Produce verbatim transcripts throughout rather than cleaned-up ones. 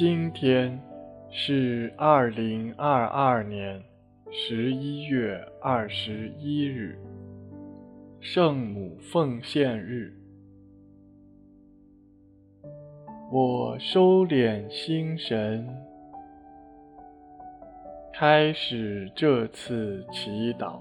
今天是二零二二年十一月二十一日，圣母奉献日。我收敛心神，开始这次祈祷。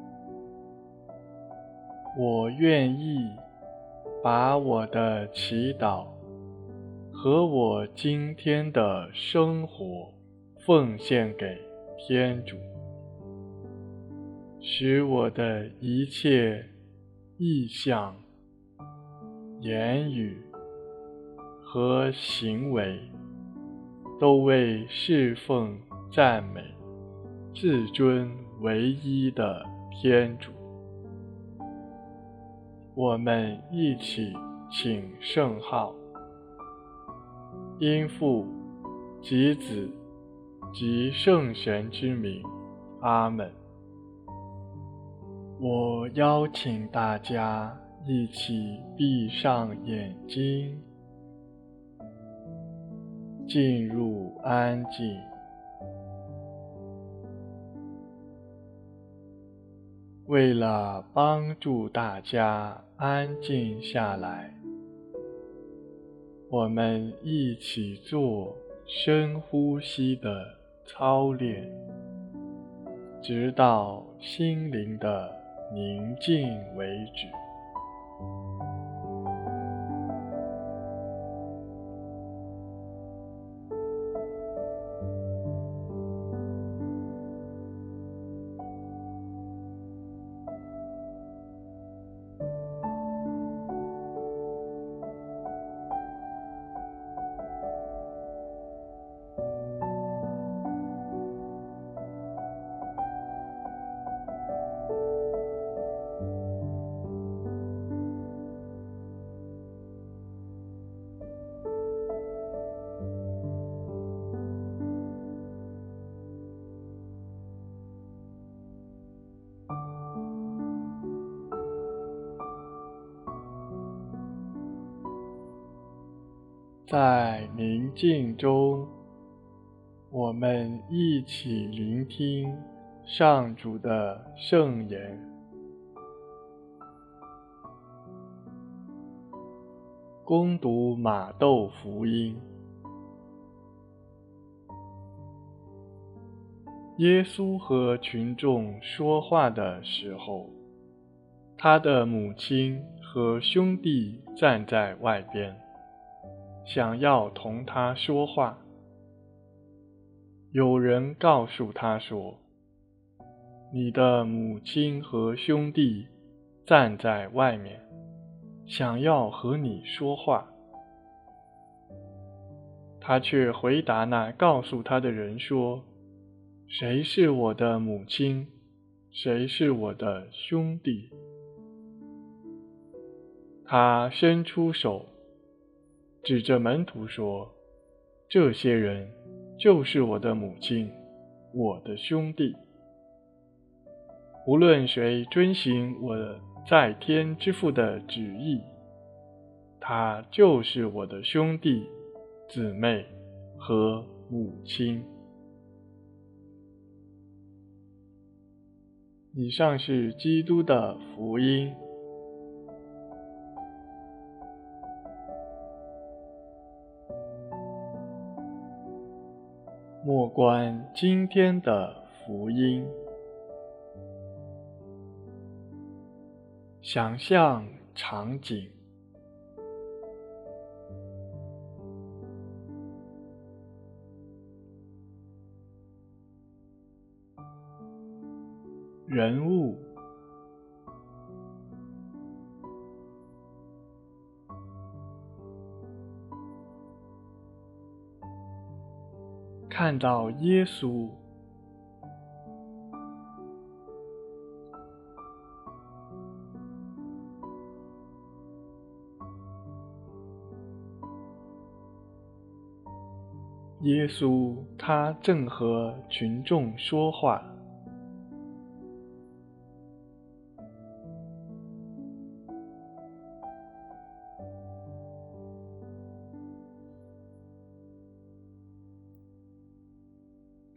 我愿意把我的祈祷和我今天的生活奉献给天主，使我的一切意向、言语和行为都为侍奉、赞美、至尊唯一的天主。我们一起请圣号，因父及子及圣神之名，阿们。我邀请大家一起闭上眼睛，进入安静。为了帮助大家安静下来，我们一起做深呼吸的操练，直到心灵的宁静为止。在宁静中，我们一起聆听上主的圣言。恭读马窦福音。耶稣和群众说话的时候，他的母亲和兄弟站在外边，想要同他说话。有人告诉他说，你的母亲和兄弟站在外面，想要和你说话。他却回答那告诉他的人说，谁是我的母亲？谁是我的兄弟？他伸出手，指着门徒说，这些人就是我的母亲，我的兄弟。无论谁遵行我在天之父的旨意，他就是我的兄弟、姊妹和母亲。以上是基督的福音。默观今天的福音，想象场景，人物，看到耶稣，耶稣他正和群众说话。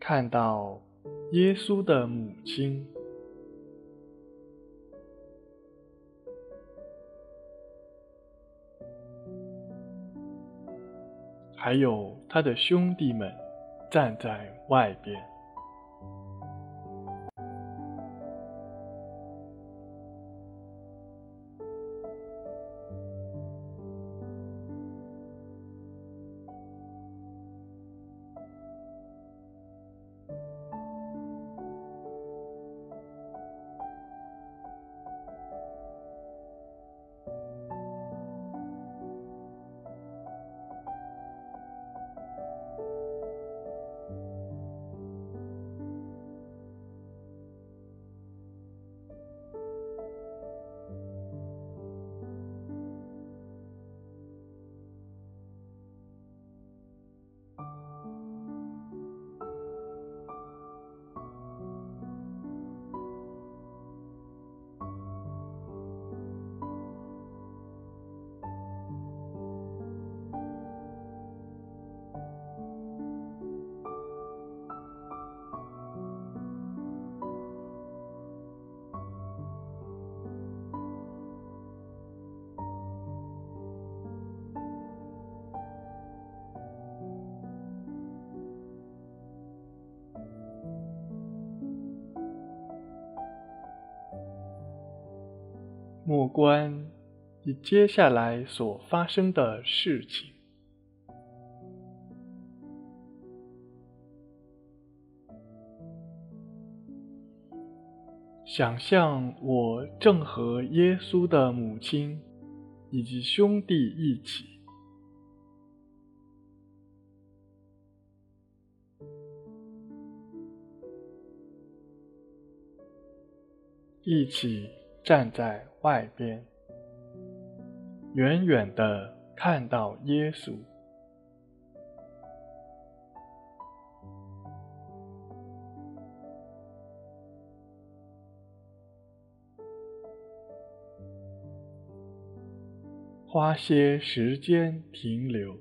看到耶稣的母亲，还有他的兄弟们站在外边。默观你接下来所发生的事情。想象我正和耶稣的母亲以及兄弟一起，一起站在外边，远远地看到耶稣。花些时间停留。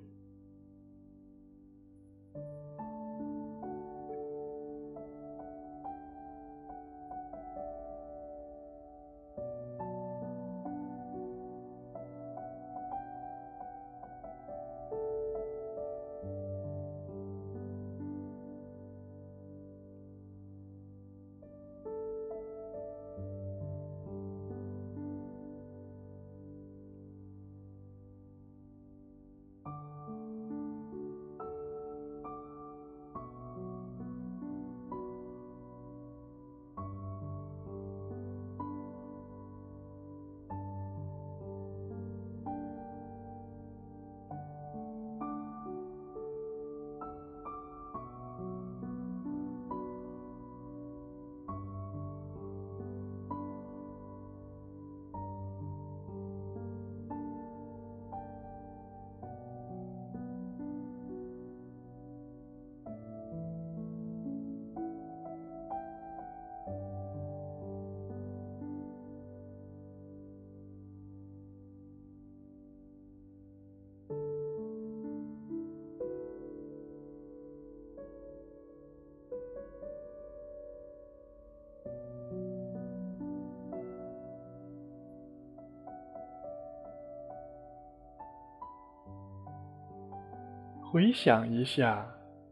回想一下，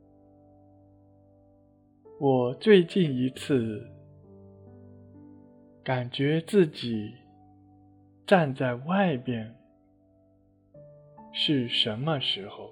我最近一次感觉自己站在外边是什么时候？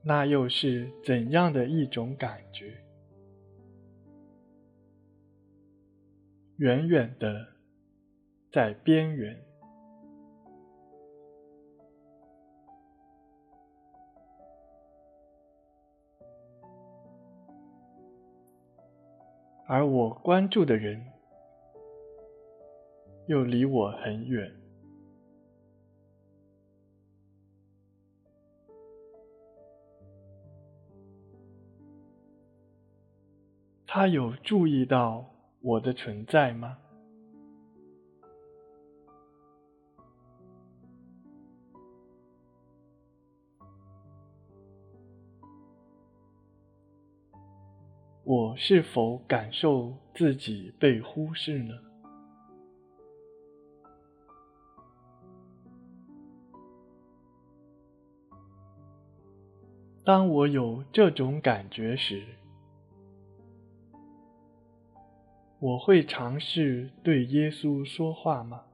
那又是怎样的一种感觉？远远的，在边缘，而我关注的人又离我很远。他有注意到我的存在吗？我是否感受自己被忽视呢？当我有这种感觉时，我会尝试对耶稣说话吗？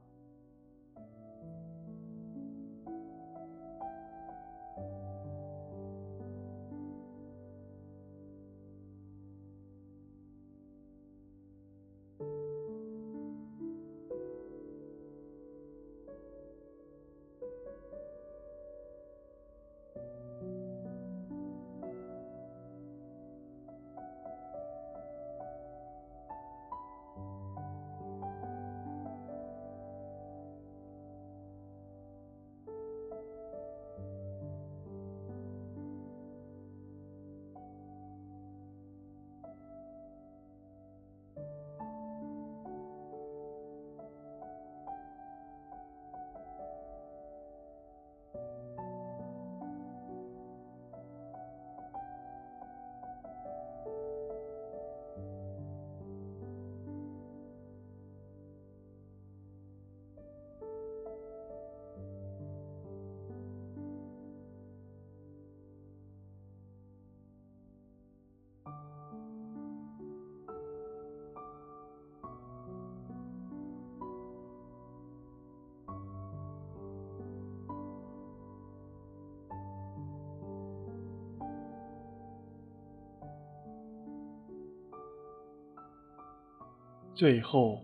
最后，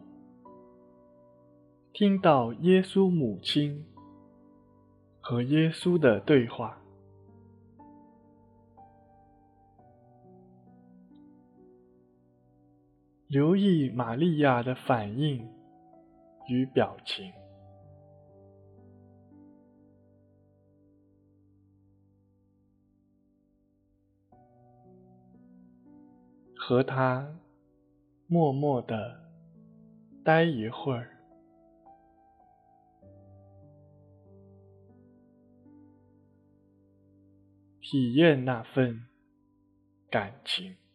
听到耶稣母亲和耶稣的对话，留意玛利亚的反应与表情，和她默默地待一会儿，体验那份感情。